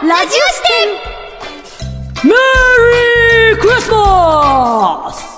ラジオ視点。 メリークリスマス。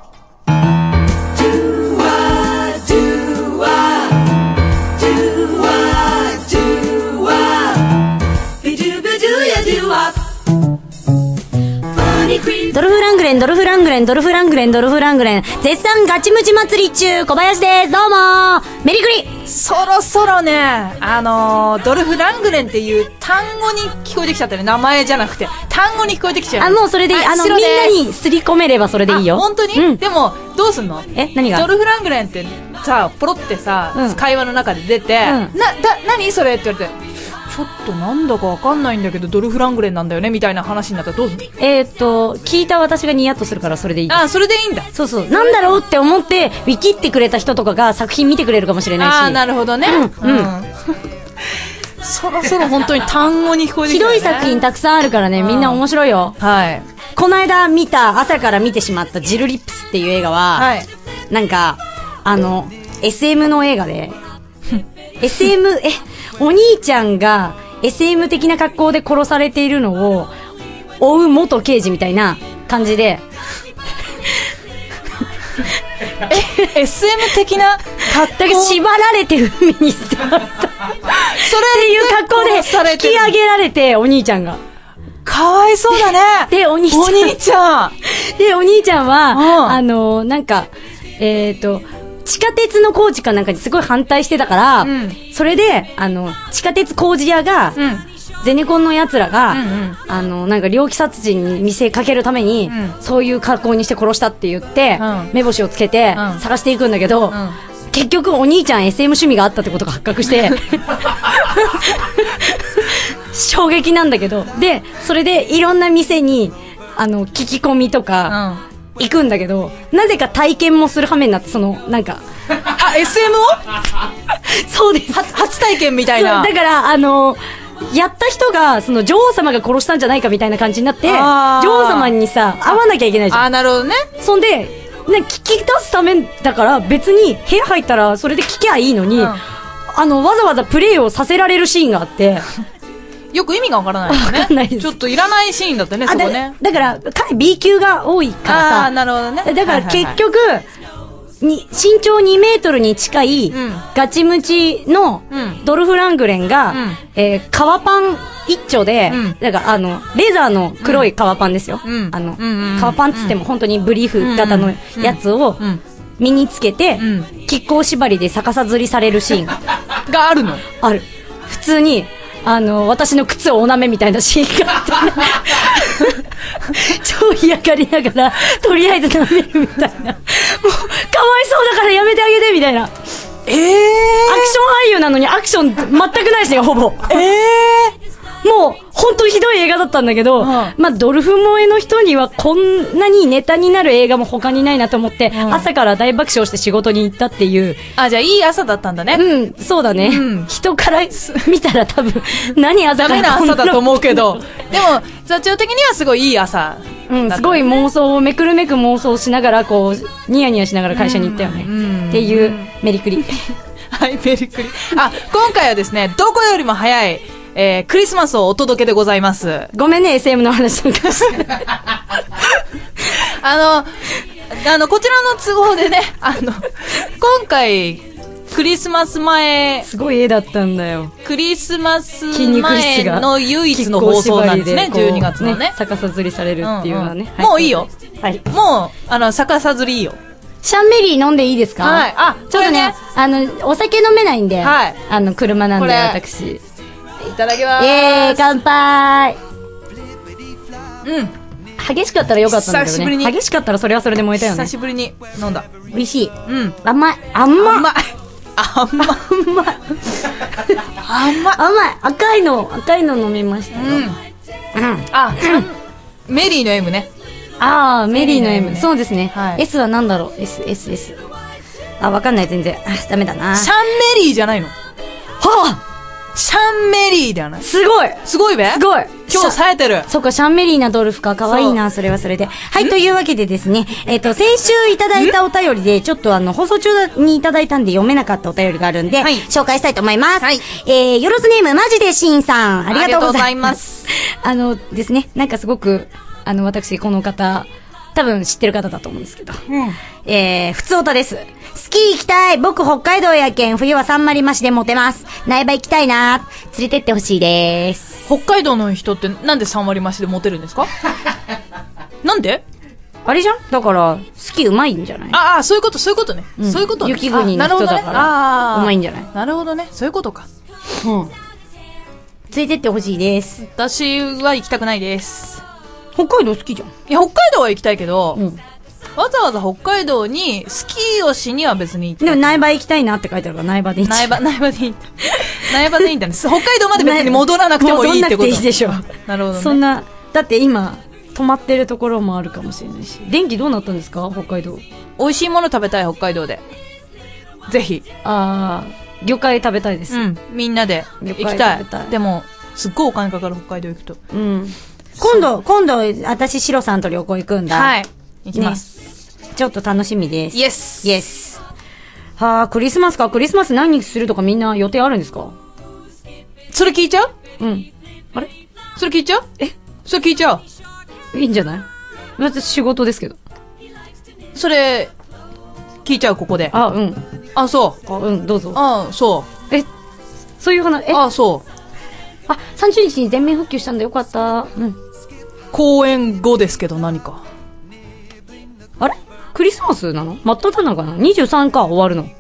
ドルフラングレン、ドルフラングレン、ドルフラングレン、ドルフラングレン、絶賛ガチムチ祭り中、小林です。どうもメリクリ。 そろそろね、ドルフラングレンっていう単語に聞こえてきちゃったね。名前じゃなくて単語に聞こえてきちゃう。 もうそれでいい。みんなにすり込めればそれでいいよ。 本当に、 うん、 でもどうすんの？ 何が？ ドルフラングレンってさ、ポロってさ、会話の中で出て、何それって言われて、ちょっとなんだかわかんないんだけどドルフラングレンなんだよねみたいな話になったらどうする？ 聞いた私がニヤッとするからそれでいいです。 それでいいんだ。 そうそう、なんだろうって思ってウィキってくれた人とかが作品見てくれるかもしれないし。 なるほどね。そろそろ本当に単語に聞こえてきたよね。 ひどい作品たくさんあるからね、みんな面白いよ。 はい。 この間朝から見てしまったジルリップスっていう映画は、はい、なんかSM の映画でSM お兄ちゃんが SM 的な格好で殺されているのを追う元刑事みたいな感じで SM 的な格好だから縛られて海に捨てられたそれっていう格好で引き上げられて、お兄ちゃんがかわいそうだね。 でお兄ちゃんでお兄ちゃんはなんか地下鉄の工事かなんかにすごい反対してたから、それで地下鉄工事屋が、ゼネコンの奴らが、なんか猟奇殺人に見せかけるために、そういう格好にして殺したって言って、目星をつけて、探していくんだけど、結局お兄ちゃん SM 趣味があったってことが発覚して衝撃なんだけど、でそれでいろんな店に聞き込みとか、行くんだけど、なぜか体験もする羽目になって、なんか SM をそうです、 初体験みたいな。 だからやった人がその女王様が殺したんじゃないかみたいな感じになって、女王様にさ会わなきゃいけないじゃん。 なるほどね。 そんで聞き出すためだから別に部屋入ったらそれで聞きゃいいのに、わざわざプレイをさせられるシーンがあってよく意味がわからないよね。わかんないです。ちょっといらないシーンだったね、そこね。 だからかなり B 級が多いからさ。 なるほどね。 だから結局、身長2メートルに近いガチムチのドルフラングレンが、革パン一丁で、だからレザーの黒い革パンですよ。革パンつっても本当にブリーフ型のやつを身につけて、亀甲縛りで逆さ吊りされるシーンがあるの？ ある。普通に私の靴をおなめみたいなシーンがあって超嫌がりながらとりあえず舐めるみたいな、もうかわいそうだからやめてあげてみたいな。アクション俳優なのにアクション全くないしね、ほぼ。もう本当にひどい映画だったんだけど、ドルフ萌えの人にはこんなにネタになる映画も他にないなと思って、朝から大爆笑して仕事に行ったっていう。 じゃあいい朝だったんだね。 そうだね。人から見たら多分何朝からダメな朝だと思うけど、でも座長的にはすごいいい朝。 すごい妄想をめくるめく妄想しながらこうニヤニヤしながら会社に行ったよね。っていうメリクリ。 はい、メリクリ。今回はですね、どこよりも早いクリスマスをお届けでございます。 ごめんね、SM の話とかして。 こちらの都合でね、今回、クリスマス前、 すごい絵だったんだよ。 クリスマス前の唯一の放送なんですね、12月のね。 逆さ吊りされるっていうのはね。 もういいよ。 はい。 もう、逆さ吊りいいよ。 シャンメリー飲んでいいですか？ はい。 ちょっとね、お酒飲めないんで、車なんで私。 いただきます。 乾杯。激しかったらよかったんだけどね。激しかったらそれはそれで燃えたよね。 久しぶりに飲んだ。 美味しい。 甘い。 赤いの飲みましたよ。 メリーの M ね。 メリーの M。そうですね。S は何だろう？ S。わかんない、全然。ダメだな。 シャンメリーじゃないの？シャンメリーだよね。 すごいべ？ すごい。 今日冴えてる。 そっか、シャンメリーなドルフか。かわいいな、それはそれで。はい、というわけでですね、先週いただいたお便りで、ちょっと放送中にいただいたんで読めなかったお便りがあるんで、紹介したいと思います。はい。よろずネーム、マジでシンさん。ありがとうございます。ですね、なんかすごく、私、この方、多分知ってる方だと思うんですけど。普通歌です。スキー行きたい。僕北海道やけん。冬はサンマリ増しでモテます。苗場行きたいな。連れてってほしいです。 北海道の人ってなんで3割増しでモテるんですか？なんで？ あれじゃん？だから、スキーうまいんじゃない？ ああ、そういうことね。そういうことね。 雪国の人だから、うまいんじゃない？ なるほどね。そういうことか。 連れてってほしいです。 私は行きたくないです。 北海道好きじゃん。いや、北海道は行きたいけど、わざわざ北海道にスキーをしには別に行ってでも苗場行きたいなって書いてあるから苗場でいい。苗場でいい。苗場でいいんだね。北海道まで別に戻らなくてもいいってこと。 戻らなくていいでしょ。 なるほどね。 そんな、だって今、止まってるところもあるかもしれないし。電気どうなったんですか北海道。 美味しいもの食べたい北海道で。ぜひ。 魚介食べたいです。 みんなで行きたい。でも、すっごいお金かかる北海道行くと。 今度、私、シロさんと旅行行くんだ。 はい。行きます。 ちょっと楽しみです。 イエス。 イエス。はあ、クリスマスか。クリスマス何するとかみんな予定あるんですか？ それ聞いちゃう？ あれ？ それ聞いちゃう？それ聞いちゃう？ いいんじゃない？私仕事ですけど。 それ、聞いちゃうここで。あ、そう。 どうぞ。 そう。 そういう話、 そう。 30日に全面復旧したんだよかった。 公演後ですけど何か。 あれ？クリスマスなの？真っ只中かな？ 23 か終わるの。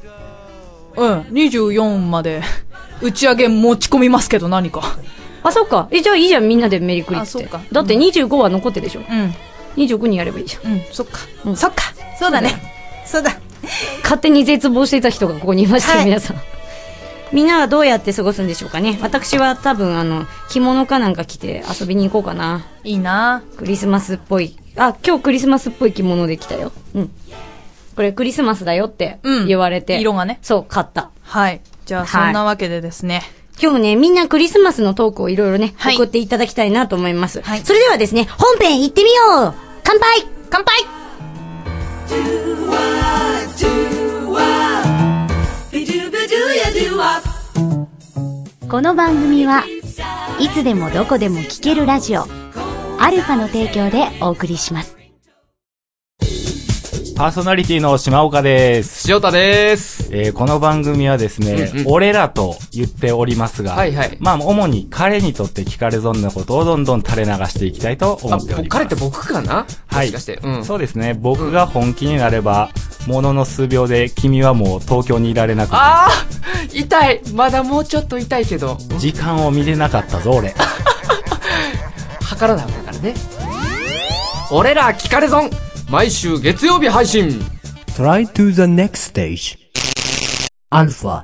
24まで打ち上げ持ち込みますけど何か。 そっか。じゃあいいじゃんみんなでメリクリって。 そうか。 だって25は残ってるでしょ。25にやればいいじゃん。 そっか。そっか。そうだね。そうだ。 勝手に絶望していた人がここにいましたよ、皆さん。みんなはどうやって過ごすんでしょうかね。私は多分着物かなんか着て遊びに行こうかな。 いいな。 クリスマスっぽい。今日クリスマスっぽい着物で来たよ。これクリスマスだよって言われて。 色がね。 そう、買った。 はい。じゃあそんなわけでですね。 今日ね、みんなクリスマスのトークをいろいろね、送っていただきたいなと思います。それではですね、本編行ってみよう！乾杯！ 乾杯！ この番組はいつでもどこでも聴けるラジオアルファの提供でお送りします。 パーソナリティの島岡です。 塩田です。 この番組はですね、俺らと言っておりますが、主に彼にとって聞かれ損なことをどんどん垂れ流していきたいと思っております。 彼って僕かな？ はい。そうですね。僕が本気になれば、ものの数秒で君はもう東京にいられなくなる。 痛い。まだもうちょっと痛いけど。 時間を見れなかったぞ、俺。 測らなかったからね。俺ら聞かれ損。毎週月曜日配信。 Try to the next stage. アルファ。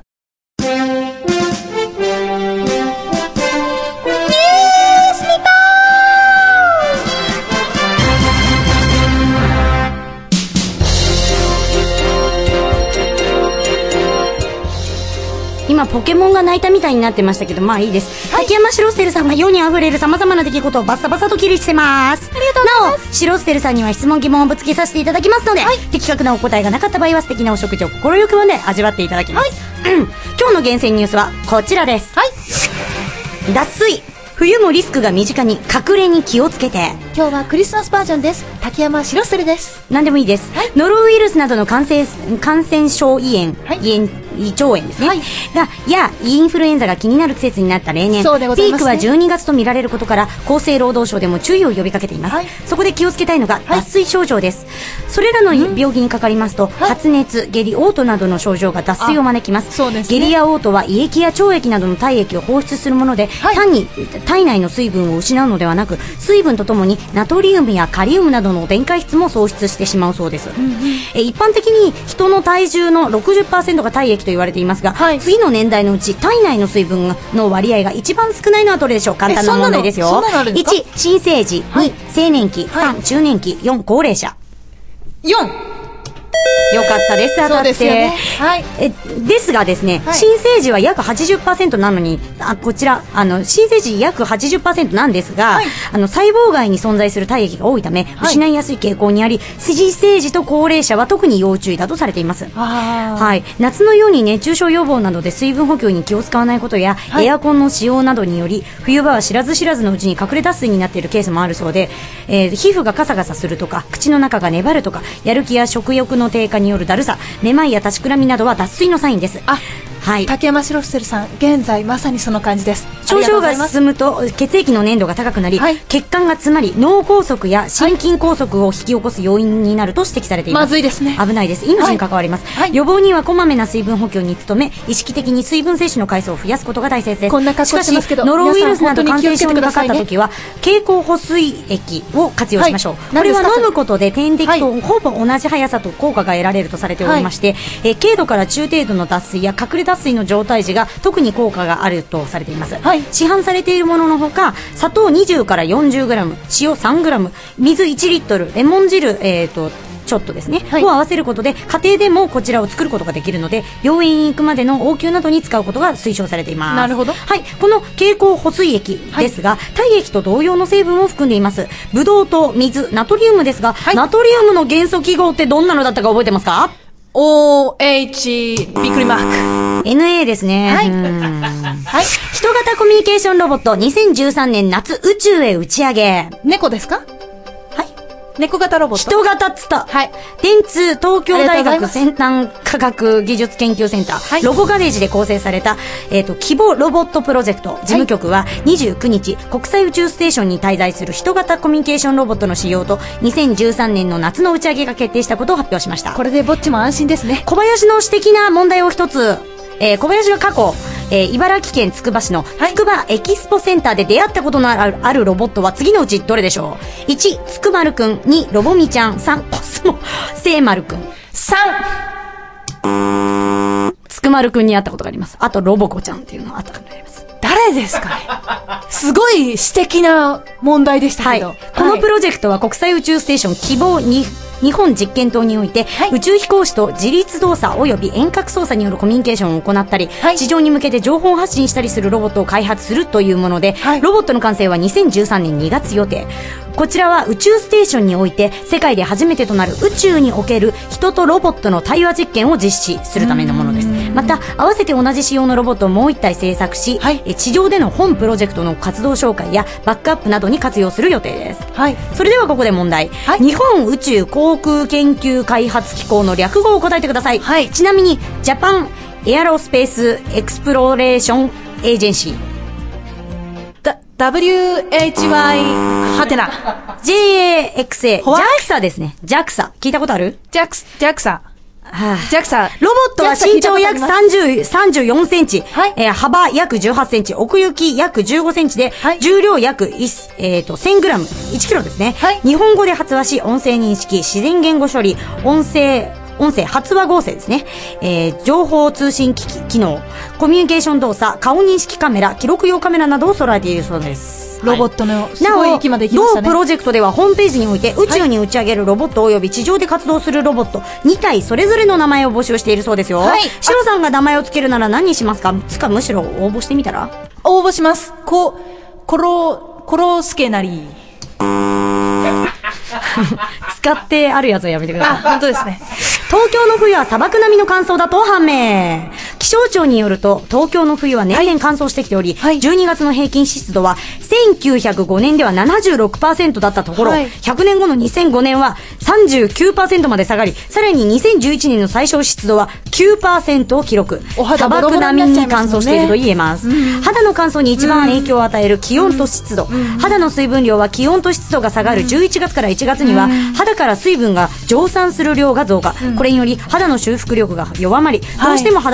今ポケモンが泣いたみたいになってましたけど、まあいいです。秋山シロステルさんは世にあふれる様々な出来事をバッサバサと切り捨てます。 ありがとうございます。 なお、シロステルさんには質問疑問をぶつけさせていただきますので、的確なお答えがなかった場合は素敵なお食事を心よくまで味わっていただきます。今日の厳選ニュースはこちらです。脱水。冬もリスクが身近に、隠れに気をつけて。 今日はクリスマスバージョンです。滝山シロステルです。 何でもいいです。ノロウイルスなどの感染症胃腸炎ですね。やインフルエンザが気になる季節になった例年、 そうでございますね。 ピークは12月と見られることから厚生労働省でも注意を呼びかけています。そこで気をつけたいのが脱水症状です。それらの病気にかかりますと、発熱、下痢、嘔吐などの症状が脱水を招きます。 そうですね。 下痢や嘔吐は胃液や腸液などの体液を放出するもので、単に体内の水分を失うのではなく、水分とともにナトリウムやカリウムなどの電解質も喪失してしまうそうです。一般的に人の体重の 60% が体液と言われていますが、次の年代のうち体内の水分の割合が一番少ないのはどれでしょう。簡単な問題ですよ。1、新生児。2、青年期。3、中年期。4、高齢者。 4。 よかっったです。当たって。 そうですよね。はい。 ですがですね、 はい、 新生児は約 80% なのに、こちら、新生児約 80% なんですが、はい、細胞外に存在する体液が多いため、はい、失いやすい傾向にあり、新生児と高齢者は特に要注意だとされています。はい。夏のように熱中症予防などで水分補給に気を使わないことや、はい、エアコンの使用などにより、冬場は知らず知らずのうちに隠れ脱水になっているケースもあるそうで、皮膚がカサカサするとか、口の中が粘るとか、やる気や食欲の低下によるだるさ、めまいや立ちくらみなどは脱水のサインです。はい、 竹山シロフセルさん、現在まさにその感じです。 症状が進むと血液の粘度が高くなり、はい、血管が詰まり脳梗塞や心筋梗塞を引き起こす要因になると指摘されています。 まずいですね。 危ないです。命に関わります。はい、予防にはこまめな水分補給に努め、意識的に水分摂取の回数を増やすことが大切です。 こんな格好してますけど、 しかしノロウイルスなど感染症にかかった時は、経口補水液を活用しましょう。はい、これは飲むことで点滴とほぼ同じ速さと効果が得られるとされておりまして、はい、軽度から中程度の脱水や隠れ脱水の状態時が特に効果があるとされています。はい、市販されているもののほか、砂糖20から 40g、塩 3g、水1リットル、レモン汁、ちょっとですね、はい、を合わせることで家庭でもこちらを作ることができるので、病院に行くまでの応急などに使うことが推奨されています。 なるほど。 はい、この経口補水液ですが、はい、体液と同様の成分を含んでいます。ブドウ糖、水、ナトリウムですが、はい、ナトリウムの元素記号ってどんなのだったか覚えてますか？ OH びっくりマーク NA ですね。はい。はい。人型コミュニケーションロボット2013年夏宇宙へ打ち上げ。 猫ですか？猫型ロボット。 人型っつった。はい。電通東京大学先端科学技術研究センター、はい、ロゴガレージで構成された、希望ロボットプロジェクト事務局は29日、国際宇宙ステーションに滞在する人型コミュニケーションロボットの使用と2013年の夏の打ち上げが決定したことを発表しました。 これでぼっちも安心ですね。 小林の指摘な問題を一つ、小林が過去、茨城県つくば市のつくばエキスポセンターで出会ったことのあるロボットは次のうちどれでしょう？ 1. つくまるくん、2. ロボミちゃん、3. コスモ聖丸くん。 3. つくまるくんに会ったことがあります。あとロボコちゃんっていうのがあったことがあります。 誰ですかね？すごい素敵な問題でしたけど、 はい、このプロジェクトは国際宇宙ステーション希望に日本実験棟において、はい、宇宙飛行士と自律動作及び遠隔操作によるコミュニケーションを行ったり、はい、地上に向けて情報発信したりするロボットを開発するというもので、はい、ロボットの完成は2013年2月予定。こちらは宇宙ステーションにおいて世界で初めてとなる宇宙における人とロボットの対話実験を実施するためのものです。また合わせて同じ仕様のロボットをもう一体製作し、はい、地上での本プロジェクトの活動紹介やバックアップなどに活用する予定です。はい、それではここで問題、はい、日本宇宙航空研究開発機構の略語を答えてください。はい、ちなみにジャパンエアロスペースエクスプロレーションエージェンシー WHY はてな JAXA JAXA ですね。 JAXA 聞いたことある？ JAXA JAXA ロボットは身長約34センチ、はい、幅約18センチ、奥行き約15センチで、はい、重量約1000グラム、1キロですね。はい、日本語で発話し、音声認識、自然言語処理、音声発話合成ですね。情報通信機能、コミュニケーション動作、顔認識カメラ、記録用カメラなどを揃えているそうです。 ロボットのすごい域まで行きましたね。 同プロジェクトではホームページにおいて宇宙に打ち上げるロボット及び地上で活動するロボット2体それぞれの名前を募集しているそうですよ。はい、シロさんが名前をつけるなら何にしますか？つかむしろ応募してみたら？ 応募します。コロスケなり。 使ってあるやつはやめてください。 本当ですね。 東京の冬は砂漠並みの乾燥だと判明。気象庁によると東京の冬は年々乾燥してきており、はい、12月の平均湿度は1905年では 76% だったところ、はい、100年後の2005年は 39% まで下がり、さらに2011年の最小湿度は 9% を記録。砂漠並みに乾燥していると言えます。肌の乾燥に一番影響を与える気温と湿度、肌の水分量は気温と湿度が下がる11月から1月には肌から水分が蒸散する量が増加。これにより肌の修復力が弱まり、どうしても肌トラブル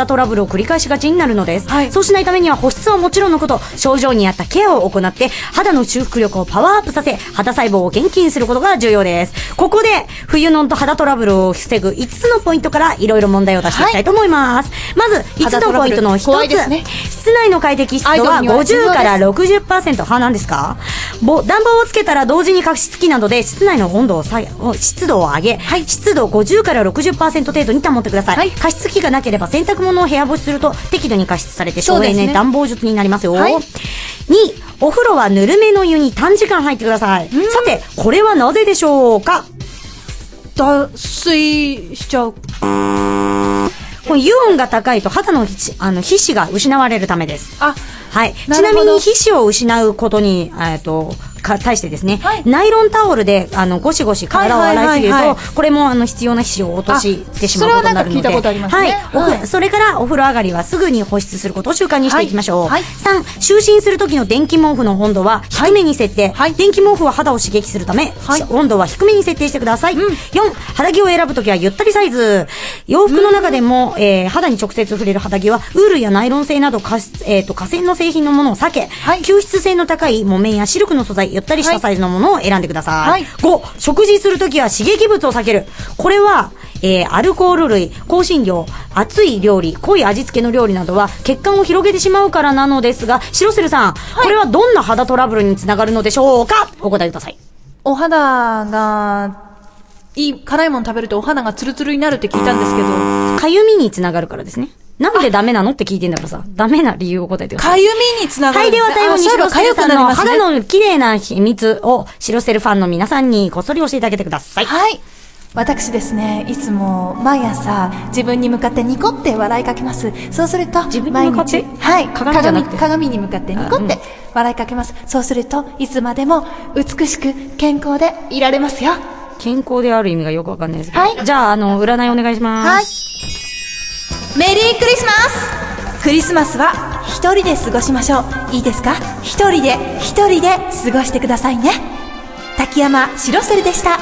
を繰り返しがちになるのです。そうしないためには保湿はもちろんのこと、症状に合ったケアを行って肌の修復力をパワーアップさせ、肌細胞を元気にすることが重要です。ここで冬の肌トラブルを防ぐ5つのポイントからいろいろ問題を出していきたいと思います。まず5つのポイントの1つ、室内の快適湿度は50から 60%。何ですか？暖房をつけたら同時に加湿器などで室内の温度を湿度を上げ、湿度50から 60% 程度に保ってください。加湿器がなければ洗濯物を部屋干しすると適度に加湿されて省エネ暖房術になりますよ。2、お風呂はぬるめの湯に短時間入ってください。さて、これはなぜでしょうか？ 脱水しちゃう。 この油温が高いと肌の皮脂が失われるためです。はい。ちなみに皮脂を失うことに、対してですね、ナイロンタオルでゴシゴシ体を洗いすぎると、これも必要な皮脂を落としてしまうことになるので、 それはなんか聞いたことありますね。 はい。それからお風呂上がりはすぐに保湿することを習慣にしていきましょう。3、就寝する時の電気毛布の温度は低めに設定。電気毛布は肌を刺激するため、温度は低めに設定してください。4、肌着を選ぶ時はゆったりサイズ。洋服の中でも、肌に直接触れる肌着はウールやナイロン製など化繊の製品のものを避け、吸湿性の高い木綿やシルクの素材、ゆったりしたサイズのものを選んでください。5、食事するときは刺激物を避ける。これは、アルコール類、香辛料、熱い料理、濃い味付けの料理などは血管を広げてしまうからなのですが、シロセルさん、これはどんな肌トラブルにつながるのでしょうか？お答えください。 お肌が、辛いもの食べるとお肌がツルツルになるって聞いたんですけど。 かゆみにつながるからですね。なんでダメなのって聞いてんだからさ、ダメな理由を答えてください。 かゆみにつながる。 はい、では最後にシロセルさんの肌の綺麗な秘密をシロセルファンの皆さんにこっそり教えてあげてください。 はい。私ですね、いつも毎朝自分に向かってニコって笑いかけます。そうすると、 自分に向かって？ はい。 鏡に向かってニコって笑いかけます。そうすると、いつまでも美しく健康でいられますよ。 健康である意味がよくわかんないですけど。はい。じゃあ、占いお願いします。はい。 メリークリスマス！クリスマスは一人で過ごしましょう。いいですか？一人で過ごしてくださいね。滝山白セルでした。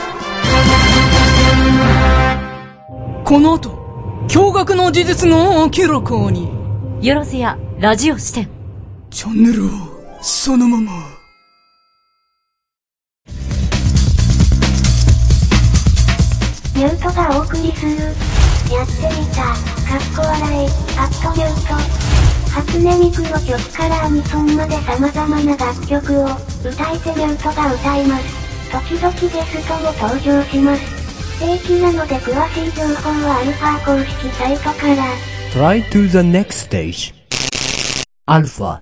この後、驚愕の事実が明らかに。 よろずやラジオ視点。 チャンネルをそのまま。 ミュートがお送りする。やってみた。かっこ笑い。パッドミュート。初音ミクの曲からアニソンまで様々な楽曲を歌い手ミュートが歌います。時々ゲストも登場します。不定期なので詳しい情報はアルファ公式サイトから。 Try to the next stage. アルファ。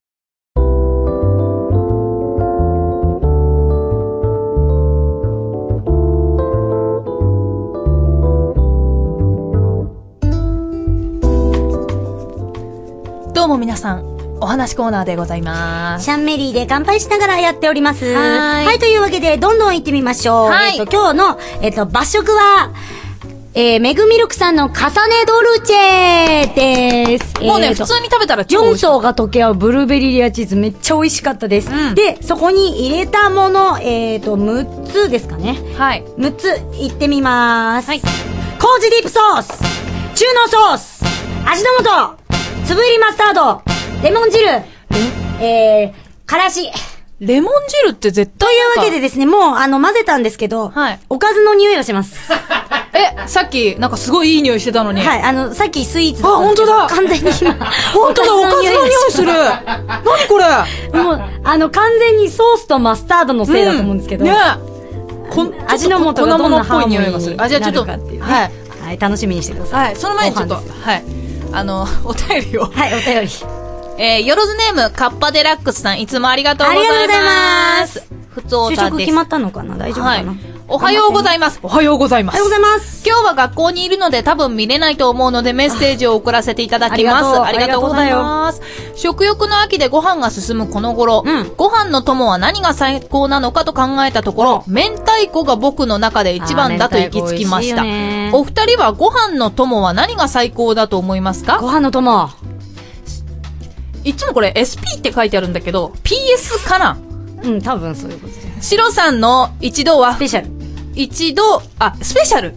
どうも皆さん、お話コーナーでございます。 シャンメリーで乾杯しながらやっております。はい、というわけで、どんどん行ってみましょう。今日の、罰食は、メグミルクさんのカサネドルチェです。 もうね、普通に食べたら超美味しい。 4層が溶け合うブルーベリーレアチーズめっちゃ美味しかったです。で、そこに入れたもの、6つですかね。はい。6ついってみまーす。はい。麹ディップソース、中濃ソース、味の素、粒入りマスタード、レモン汁、からし。 レモン汁って絶対というわけでですね、もう混ぜたんですけど、はい。おかずの匂いがします。 さっきなんかすごいいい匂いしてたのに。 はい、さっきスイーツ。 あ、本当だ。 完全に今。 本当だ、おかずの匂いする。何これ。 もう、完全にソースとマスタードのせいだと思うんですけど。ね味の素がどんなハーモニーになるかっていう。 じゃあちょっと、はい。 はい、楽しみにしてください。 はい、その前にちょっと、はい。お便りを。 はい、お便り。 よろずネーム、カッパデラックスさん、いつもありがとうございます。ありがとうございます。ふつおたです。就職決まったのかな？大丈夫かな？はい。 おはようございます。おはようございます。 おはようございます。 今日は学校にいるので多分見れないと思うのでメッセージを送らせていただきます。ありがとうございます。食欲の秋でご飯が進むこの頃、ご飯の友は何が最高なのかと考えたところ、明太子が僕の中で一番だと行き着きました。お二人はご飯の友は何が最高だと思いますか？ ご飯の友。 いつもこれ SP って書いてあるんだけど、PS かな？ 多分そういうことです。 シロさんの一度は、 スペシャル。 スペシャル。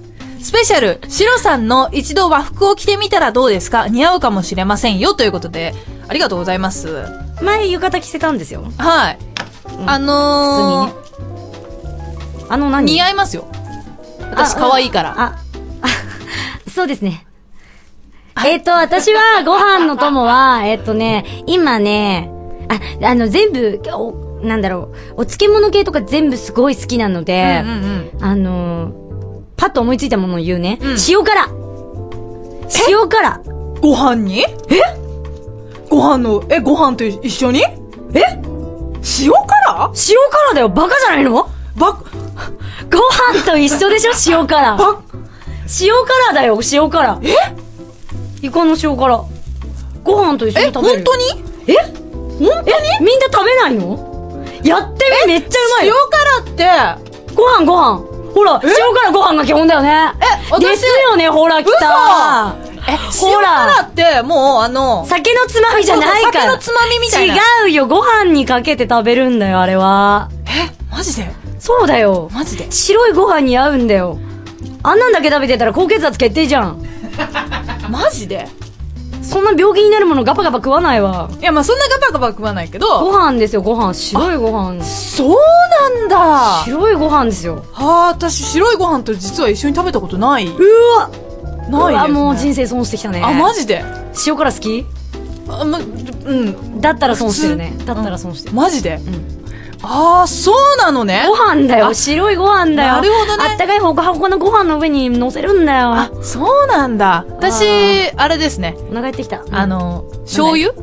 スペシャル、シロさんの一度和服を着てみたらどうですか？似合うかもしれませんよ、ということで、ありがとうございます。 前浴衣着せたんですよ。 はい。 普通にね。何？ 似合いますよ。私可愛いから。 そうですね。私はご飯の友は、今ね、全部、お漬物系とか全部すごい好きなので、パッと思いついたものを言うね。塩辛。塩辛。 ご飯に？ご飯と一緒に？塩辛？ 塩辛だよ、バカじゃないの？ご飯と一緒でしょ、塩辛。塩辛だよ、塩辛。イカの塩辛。ご飯と一緒に食べる。 本当に？ 本当に？みんな食べないの？やってみ、めっちゃうまい。 塩辛って、 ご飯。ほら、塩辛ご飯が基本だよね。ですよね、ほら、来た。 塩辛って、もう酒のつまみじゃないから。 酒のつまみみたいな。 違うよ、ご飯にかけて食べるんだよ、あれは。 マジで？ そうだよ。 マジで？ 白いご飯に合うんだよ。あんなんだけ食べてたら高血圧決定じゃん。 マジで？ そんな病気になるものガパガパ食わないわ。 いや、まあそんなガパガパ食わないけど。 ご飯ですよ、ご飯。白いご飯。 そうなんだ。 白いご飯ですよ。 私白いご飯と実は一緒に食べたことない。 うわないですね。もう人生損してきたね。 マジで？ 塩辛好き？だったら損してるね。だったら損してる。 マジで？そうなのね。 ご飯だよ。白いご飯だよ。 なるほどね。 あったかいほかほかのご飯の上に乗せるんだよ。 そうなんだ。私、あれですね。 お腹減ってきた。 醤油？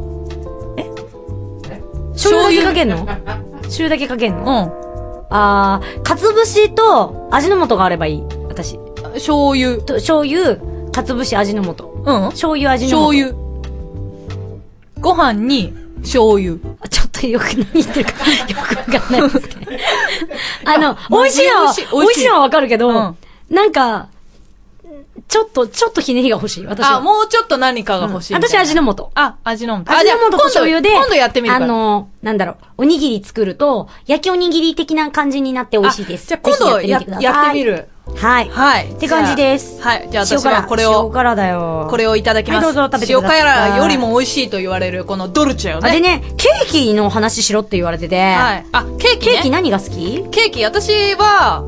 醤油だけかけんの？醤油だけかけんの？かつぶしと味の素があればいい。私。 醤油。 醤油、かつぶし、味の素。醤油、味の素。 醤油。ご飯に、醤油。 ちょっとよく何言ってるか、よくわかんないですね。美味しいのはわかるけど、なんか、ちょっとひねりが欲しい、私は。 もうちょっと何かが欲しい。 私味の素。 味の素。 味の素と醤油で、 今度やってみるから。 おにぎり作ると、焼きおにぎり的な感じになって美味しいです。 じゃあ今度やってみる。 はい。はい。って感じです。 はい。じゃあ私はこれを。 塩辛だよ。 これをいただきます。 はい、どうぞ食べてください。 塩辛よりも美味しいと言われる、このドルチェをね。 でね、ケーキの話しろって言われてて。 はい。ケーキね。 ケーキ何が好き？ ケーキ、私は、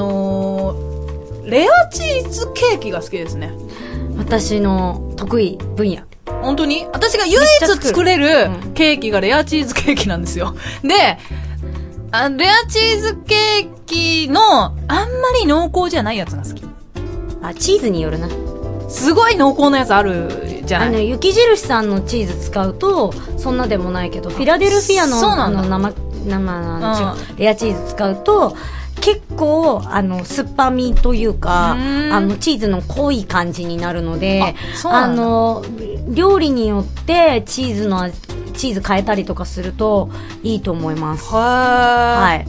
レアチーズケーキが好きですね。 私の得意分野。 本当に？私が唯一作れるケーキがレアチーズケーキなんですよ。で、レアチーズケーキの、あんまり濃厚じゃないやつが好き。 チーズによるな。 すごい濃厚なやつあるじゃない？ 雪印さんのチーズ使うと、そんなでもないけど、フィラデルフィアの、レアチーズ使うと、結構、酸っぱみというか、チーズの濃い感じになるので、料理によってチーズ変えたりとかするといいと思います。 はい。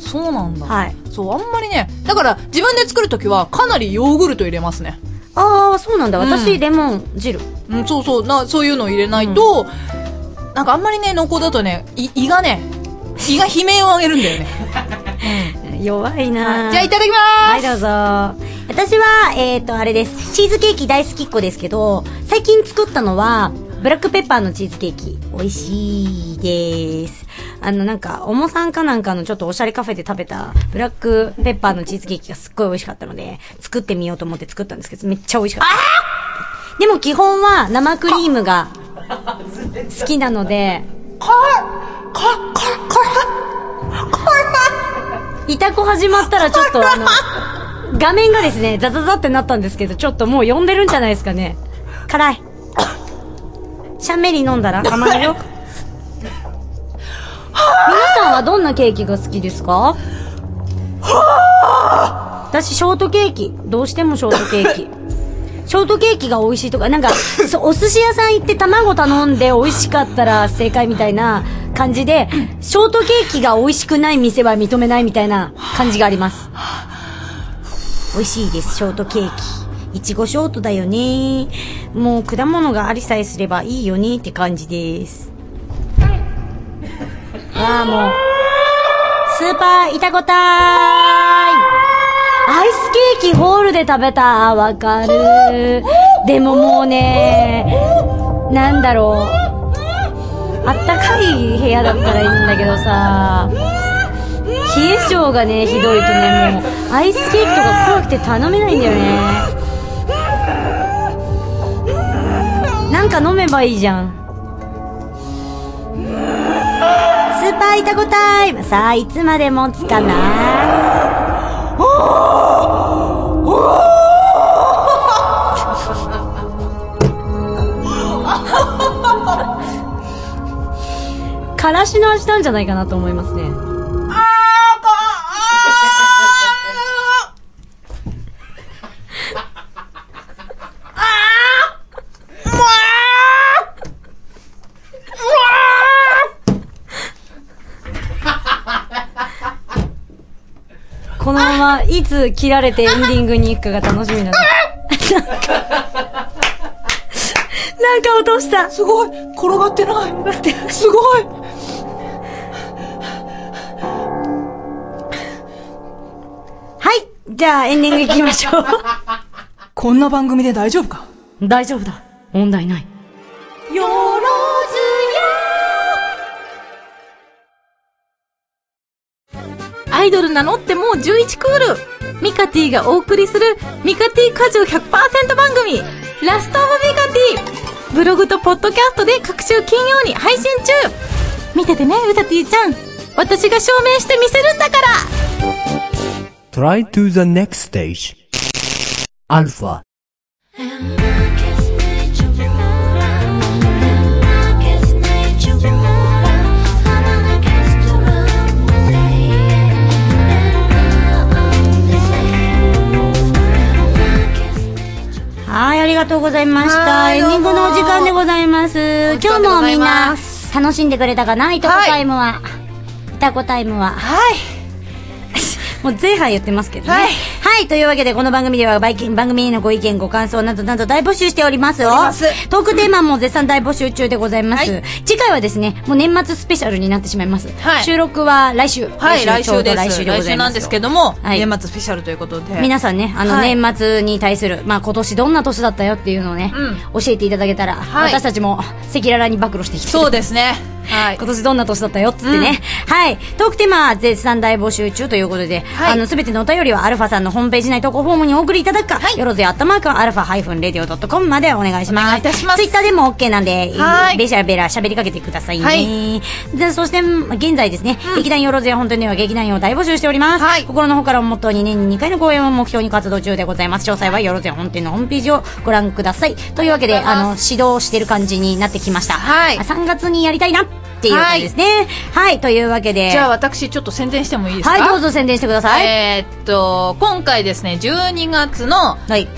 そうなんだ。はい。そう、あんまりね、だから自分で作るときはかなりヨーグルト入れますね。 そうなんだ。私、レモン汁。 そうそういうのを入れないと、なんかあんまりね、濃厚だとね、胃が悲鳴を上げるんだよね。 弱いな。 じゃあいただきまーす。 はい、どうぞ。私は、あれです。チーズケーキ大好きっ子ですけど、最近作ったのは、ブラックペッパーのチーズケーキ。美味しいです。なんか、おもさんかなんかのちょっとおしゃれカフェで食べた、ブラックペッパーのチーズケーキがすっごい美味しかったので、作ってみようと思って作ったんですけど、めっちゃ美味しかった。でも基本は生クリームが好きなので、イタコ始まったらちょっと画面がですね、ザザザってなったんですけど、ちょっともう呼んでるんじゃないですかね。辛い。シャンメリー飲んだら甘いよ。皆さんはどんなケーキが好きですか？私、ショートケーキ。どうしてもショートケーキ。ショートケーキが美味しいとか、なんか、お寿司屋さん行って卵頼んで美味しかったら正解みたいな感じで、ショートケーキが美味しくない店は認めないみたいな感じがあります。美味しいです、ショートケーキ。いちごショートだよね。もう果物がありさえすればいいよねって感じです。もう、スーパーイタコタイム。 アイスケーキホールで食べた。わかる。でももうね、なんだろう。あったかい部屋だったらいいんだけどさ、冷え性がね、ひどいとね、もう、アイスケーキとか怖くて頼めないんだよね。なんか飲めばいいじゃん。スーパーイタコタイム。さあ、いつまで持つかな。からしの味なんじゃないかなと思いますね。このままいつ切られてエンディングに行くかが楽しみだな。なんか落とした。 すごい転がってない。すごい。 はい、じゃあエンディング行きましょう。 こんな番組で大丈夫か？ 大丈夫だ。問題ない。よろずやアイドル名乗ってもう11クール。ミカティがお送りするミカティ果汁 100% 番組ラストオブミカティ。ブログとポッドキャストで各週金曜に配信中。見ててね、ウサティちゃん。私が証明してみせるんだから。 Try to the next stage. Alpha. はい、ありがとうございました。エンディングのお時間でございます。今日もみんな楽しんでくれたかな、イタコタイムは。イタコタイムは。 はい。 もう前半言ってますけどね。はい。はい、というわけでこの番組では番組へのご意見ご感想などなど大募集しておりますよ。トークテーマも絶賛大募集中でございます。はい、次回はですね、もう年末スペシャルになってしまいます。はい、収録は来週。 はい、来週です。 来週でございます。 来週なんですけども、はい、年末スペシャルということで。 皆さんね、はい、年末に対する、まあ今年どんな年だったよっていうのをね、教えていただけたら、はい、私たちも赤裸々に暴露していきたい。 そうですね。はい。 今年どんな年だったよっつってね。はい。トークテーマは絶賛大募集中ということで、はい、すべてのお便りはアルファさんのホームページ内投稿フォームにお送りいただくか、はい、よろずや@alpha-radio.com までお願いします。お願いいたします。ツイッターでも OK なんで、ベシャベラ喋りかけてくださいね。はい。で、そして、現在ですね、劇団よろずや本当には劇団員を大募集しております。はい。心の方からもっと2年に2回の公演を目標に活動中でございます。詳細はよろずや本店のホームページをご覧ください。というわけで、指導してる感じになってきました。はい。3月にやりたいなっていう感じですね。はい。というわけで。 じゃあ私ちょっと宣伝してもいいですか？ はい、どうぞ宣伝してください。 今回ですね、12月の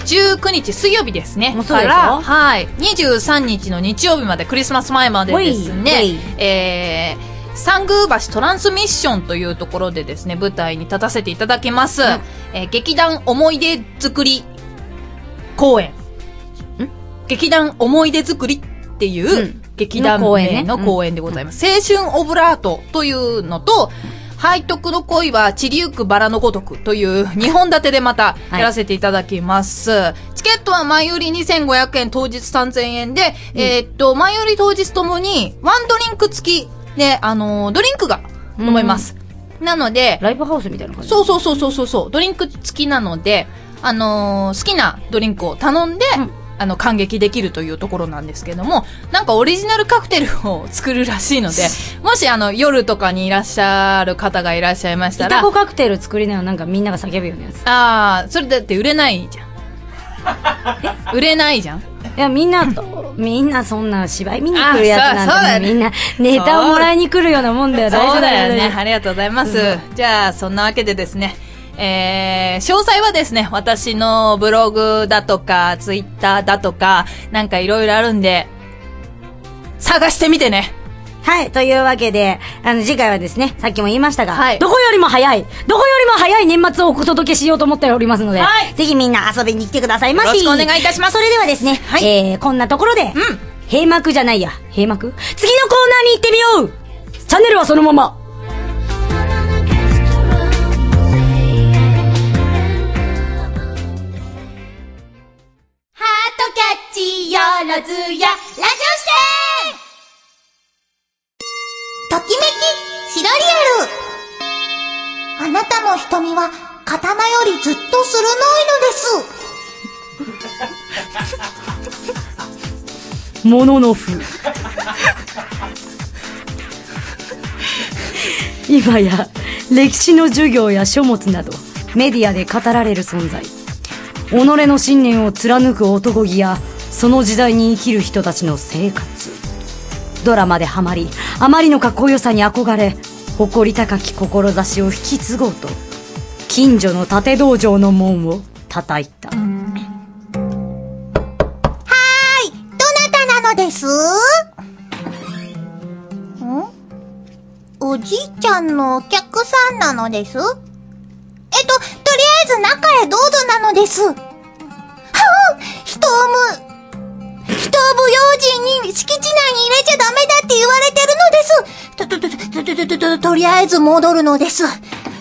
19日水曜日ですね。 もうそうですよ。 はい。23日の日曜日まで、クリスマス前までですね、三宮橋トランスミッションというところでですね、舞台に立たせていただきます。劇団思い出作り公演。劇団思い出作りっていう、劇団名の公演でございます。青春オブラートというのと、背徳の恋は散りゆくバラのごとくという2本立てでまたやらせていただきます。はい、チケットは前売り2500円、当日3000円で、前売り当日ともにワンドリンク付きで、ドリンクが飲めます。なので、 ライブハウスみたいな感じ？ そう。ドリンク付きなので、好きなドリンクを頼んで、感激できるというところなんですけども、なんかオリジナルカクテルを作るらしいので、もし夜とかにいらっしゃる方がいらっしゃいましたら。 イタコカクテル作りなよ、なんかみんなが叫ぶようなやつ。 ああ、それだって売れないじゃん。売れないじゃん。いや、みんなそんな芝居見に来るやつなんて、みんなネタをもらいに来るようなもんだよ。大丈夫だよね。ありがとうございます。じゃあ、そんなわけでですね、詳細はですね、私のブログだとか、ツイッターだとか、なんかいろいろあるんで、探してみてね。 はい、というわけで、次回はですね、さっきも言いましたが、はい、どこよりも早い年末をお届けしようと思っておりますので、はい、ぜひみんな遊びに来てくださいまし。 よろしくお願いいたします。 それではですね、はい、こんなところで、閉幕じゃないや、閉幕？次のコーナーに行ってみよう！チャンネルはそのまま。 ちよろずやラジオ視点ときめきシロリアル。あなたの瞳は刀よりずっと鋭いのです。 もののふ今や歴史の授業や書物などメディアで語られる存在、己の信念を貫く男気やその時代に生きる人たちの生活、ドラマでハマり、あまりのかっこよさに憧れ、誇り高き志を引き継ごうと近所の盾道場の門を叩いた。 はーい、どなたなのです？おじいちゃんのお客さんなのです。とりあえず中へどうぞなのです。はぁ、人を不用心に敷地内に入れちゃダメだって言われてるのです。とりあえず戻るのです。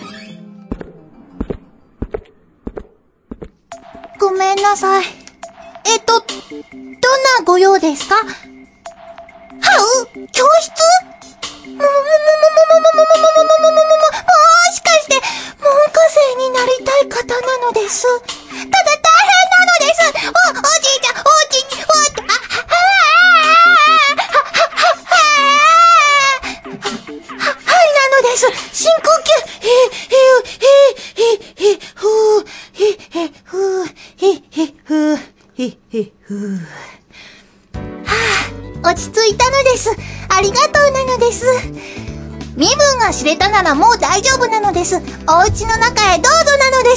ごめんなさい。どんなご用ですか？はう？教室？もしかして、門下生になりたい方なのです。大変なのです。おじいちゃん、おうちに、はいなのです。深呼吸。落ち着いたのです。ありがとうなのです。身分が知れたならもう大丈夫なのです。お家の中へどうぞなのです。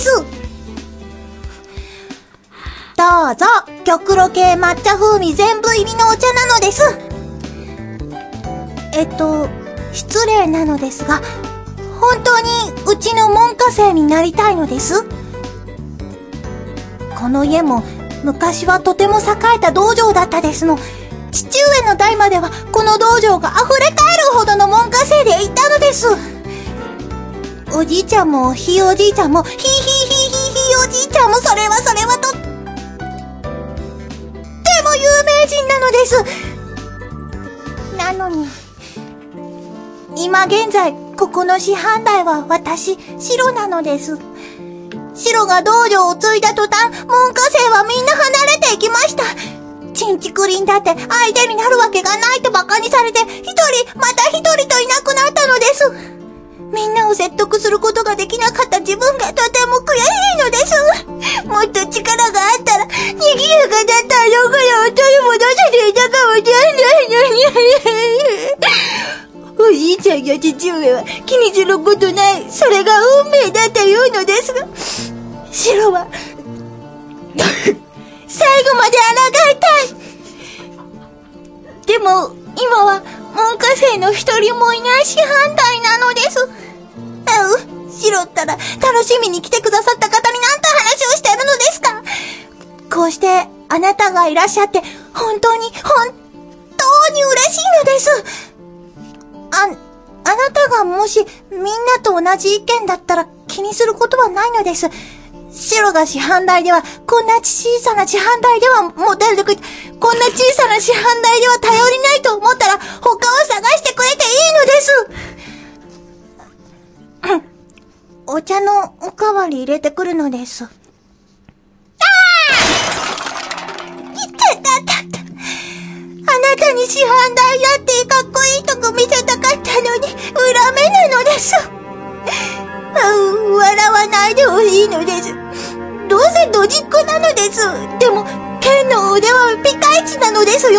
どうぞ、玉露系抹茶風味全部入りのお茶なのです。失礼なのですが、本当にうちの門下生になりたいのです。この家も昔はとても栄えた道場だったですの。父上の代まではこの道場が溢れ返るほどの門下生でいたのです。おじいちゃんもひいおじいちゃんもひいおじいちゃんもそれはとっても有名人なのです。なのに今現在ここの師範代は私シロなのです。シロが道場を継いだ途端、門下生はみんな離れていきました。チンチクリンだって相手になるわけがないと馬鹿にされて、また一人といなくなったのです。みんなを説得することができなかった自分がとても悔しいのです。もっと力があったら、賑やかだったあの子を取り戻せていたかもしれないのに。おじいちゃんや父上は気にすることない。それが運命だというのですが、シロは、最後まで抗いたい。でも、今は門下生の一人もいない師範代なのです。シロったら楽しみに来てくださった方に何と話をしてるのですか。こうしてあなたがいらっしゃって本当に嬉しいのです。あなたがもしみんなと同じ意見だったら気にすることはないのです。シロが師範代では、こんな小さな師範代ではこんな小さな師範代では頼りないと思ったら他を探してくれていいのです。お茶のおかわり入れてくるのです。あなたに師範代だってかっこいいとこ見せたかったのに裏目なのです。笑わないでほしいのです。どうせドジっ子なのです。でも剣の腕はピカイチなのですよ。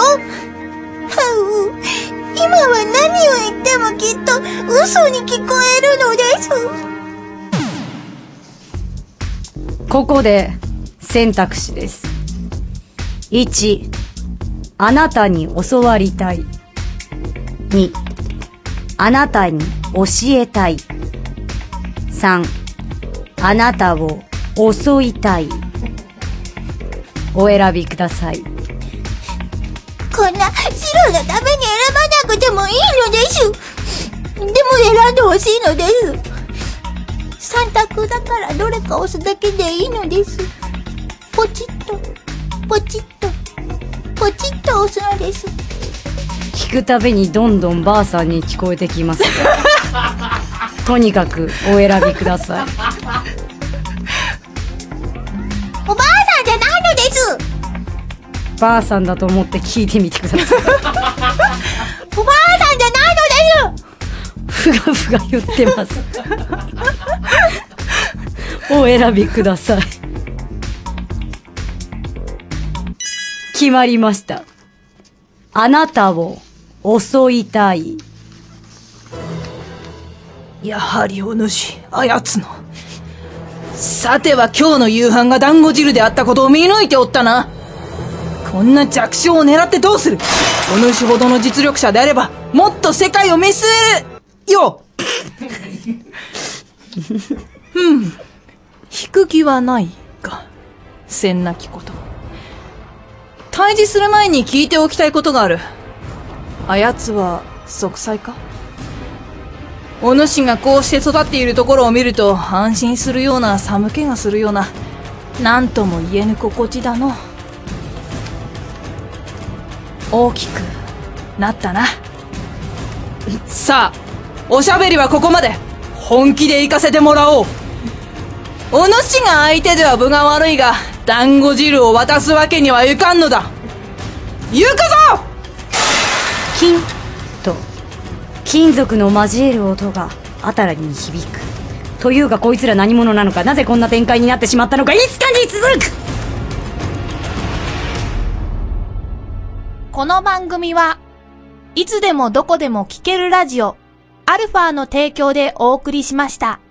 今は何を言ってもきっと嘘に聞こえるのです。 ここで選択肢です。1、あなたに教わりたい。2、あなたに教えたい。3、あなたを襲いたい。お選びください。 こんな白のために選ばなくてもいいのです。でも選んでほしいのです。3択だからどれか押すだけでいいのです。ポチッと、ポチッと、 ポチッと押すのです。 聞くたびにどんどんばあさんに聞こえてきますとにかくお選びください。 おばあさんじゃないのです。 ばあさんだと思って聞いてみてください。 おばあさんじゃないのです。 ふがふが言ってますお選びください。決まりました。あなたを襲いたい。 やはりお主、あやつの。さては今日の夕飯が団子汁であったことを見抜いておったな。こんな弱小を狙ってどうする。お主ほどの実力者であれば、もっと世界を見据えよ引く気はないが、せんなきこと。対峙する前に聞いておきたいことがある。あやつは息災か。お主がこうして育っているところを見ると安心するような、寒気がするような、なんとも言えぬ心地だの。大きくなったな。さあ、おしゃべりはここまで。本気で行かせてもらおう。お主が相手では分が悪いが、団子汁を渡すわけにはいかんのだ。行くぞ。 キンと金属の交える音が辺りに響く。というかこいつら何者なのか、なぜこんな展開になってしまったのか、いつかに続く。 この番組はいつでもどこでも聞けるラジオアルファの提供でお送りしました。